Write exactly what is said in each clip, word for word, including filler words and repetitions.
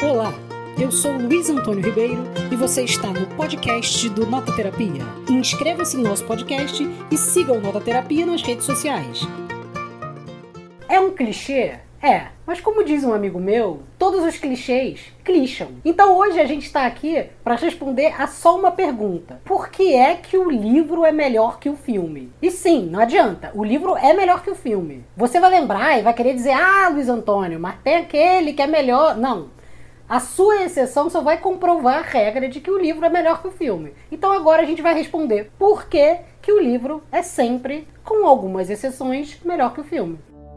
Olá, eu sou Luiz Antônio Ribeiro e você está no podcast do Nota Terapia. Inscreva-se no nosso podcast e siga o Nota Terapia nas redes sociais. É um clichê? É, mas como diz um amigo meu, todos os clichês clicham. Então hoje a gente está aqui para responder a só uma pergunta. Por que é que o livro é melhor que o filme? E sim, não adianta, o livro é melhor que o filme. Você vai lembrar e vai querer dizer, ah, Luiz Antônio, mas tem aquele que é melhor. Não. A sua exceção só vai comprovar a regra de que o livro é melhor que o filme. Então agora a gente vai responder por que que o livro é sempre, com algumas exceções, melhor que o filme.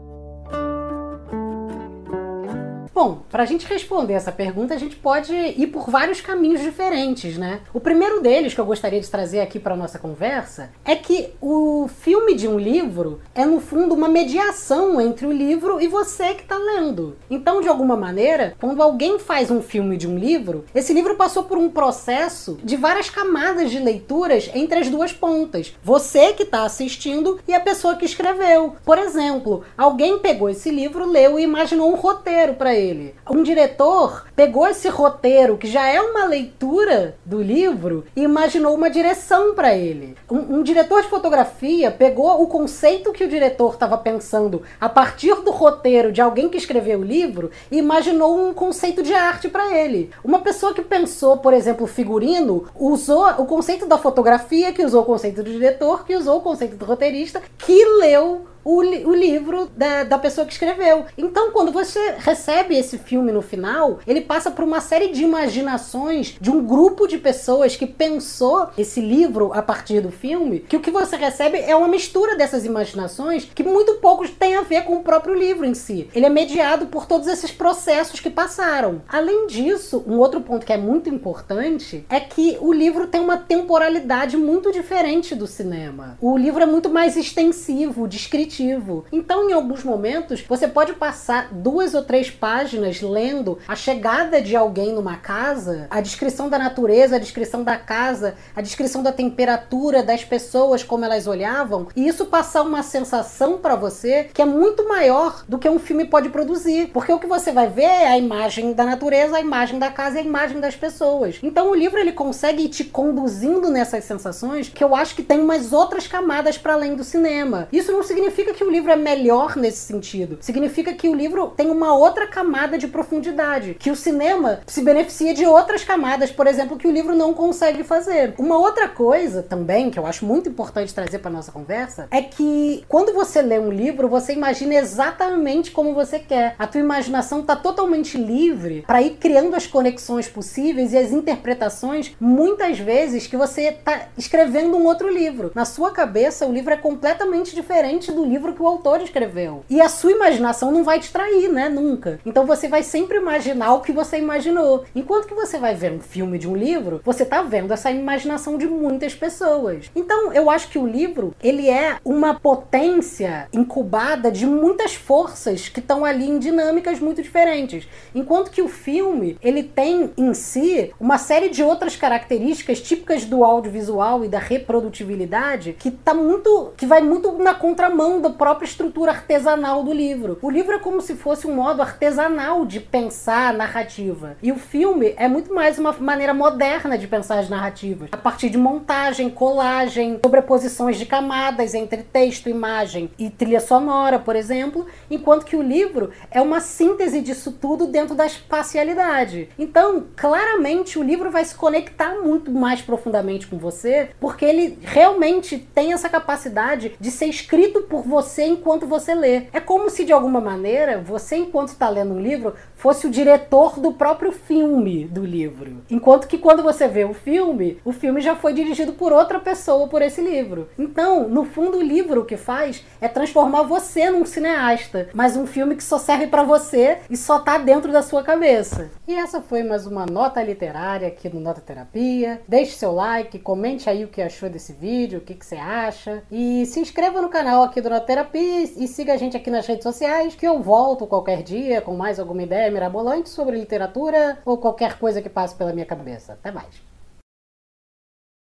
Bom, para a gente responder essa pergunta, a gente pode ir por vários caminhos diferentes, né? O primeiro deles, que eu gostaria de trazer aqui para a nossa conversa, é que o filme de um livro é, no fundo, uma mediação entre o livro e você que está lendo. Então, de alguma maneira, quando alguém faz um filme de um livro, esse livro passou por um processo de várias camadas de leituras entre as duas pontas. Você que está assistindo e a pessoa que escreveu. Por exemplo, alguém pegou esse livro, leu e imaginou um roteiro para ele. Um diretor pegou esse roteiro, que já é uma leitura do livro, e imaginou uma direção para ele. Um, um diretor de fotografia pegou o conceito que o diretor estava pensando a partir do roteiro de alguém que escreveu o livro e imaginou um conceito de arte para ele. Uma pessoa que pensou, por exemplo, figurino, usou o conceito da fotografia, que usou o conceito do diretor, que usou o conceito do roteirista, que leu O, li- o livro da, da pessoa que escreveu. Então, quando você recebe esse filme no final, ele passa por uma série de imaginações de um grupo de pessoas que pensou esse livro a partir do filme, que o que você recebe é uma mistura dessas imaginações que muito poucos têm a ver com o próprio livro em si. Ele é mediado por todos esses processos que passaram. Além disso, um outro ponto que é muito importante é que o livro tem uma temporalidade muito diferente do cinema. O livro é muito mais extensivo, descritivo. Então, em alguns momentos, você pode passar duas ou três páginas lendo a chegada de alguém numa casa, a descrição da natureza, a descrição da casa, a descrição da temperatura, das pessoas, como elas olhavam, e isso passar uma sensação para você que é muito maior do que um filme pode produzir, porque o que você vai ver é a imagem da natureza, a imagem da casa e a imagem das pessoas. Então, o livro ele consegue ir te conduzindo nessas sensações que eu acho que tem umas outras camadas para além do cinema. Isso não significa que o livro é melhor nesse sentido. Significa que o livro tem uma outra camada de profundidade, que o cinema se beneficia de outras camadas, por exemplo, que o livro não consegue fazer. Uma outra coisa também, que eu acho muito importante trazer para nossa conversa, é que quando você lê um livro, você imagina exatamente como você quer. A tua imaginação está totalmente livre para ir criando as conexões possíveis e as interpretações, muitas vezes, que você está escrevendo um outro livro. Na sua cabeça, o livro é completamente diferente do livro que o autor escreveu. E a sua imaginação não vai te trair, né? Nunca. Então você vai sempre imaginar o que você imaginou. Enquanto que você vai ver um filme de um livro, você tá vendo essa imaginação de muitas pessoas. Então eu acho que o livro, ele é uma potência incubada de muitas forças que estão ali em dinâmicas muito diferentes. Enquanto que o filme, ele tem em si uma série de outras características típicas do audiovisual e da reprodutibilidade que tá muito, que vai muito na contramão da própria estrutura artesanal do livro. O livro é como se fosse um modo artesanal de pensar a narrativa. E o filme é muito mais uma maneira moderna de pensar as narrativas. A partir de montagem, colagem, sobreposições de camadas entre texto, imagem e trilha sonora, por exemplo, enquanto que o livro é uma síntese disso tudo dentro da espacialidade. Então, claramente, o livro vai se conectar muito mais profundamente com você, porque ele realmente tem essa capacidade de ser escrito por você enquanto você lê. É como se, de alguma maneira, você, enquanto está lendo um livro, fosse o diretor do próprio filme do livro. Enquanto que quando você vê o filme, o filme já foi dirigido por outra pessoa por esse livro. Então, no fundo, o livro o que faz é transformar você num cineasta, mas um filme que só serve para você e só tá dentro da sua cabeça. E essa foi mais uma nota literária aqui no Nota Terapia. Deixe seu like, comente aí o que achou desse vídeo, o que, que você acha. E se inscreva no canal aqui do Nota Terapia e siga a gente aqui nas redes sociais, que eu volto qualquer dia com mais alguma ideia mirabolante sobre literatura ou qualquer coisa que passe pela minha cabeça. Até mais!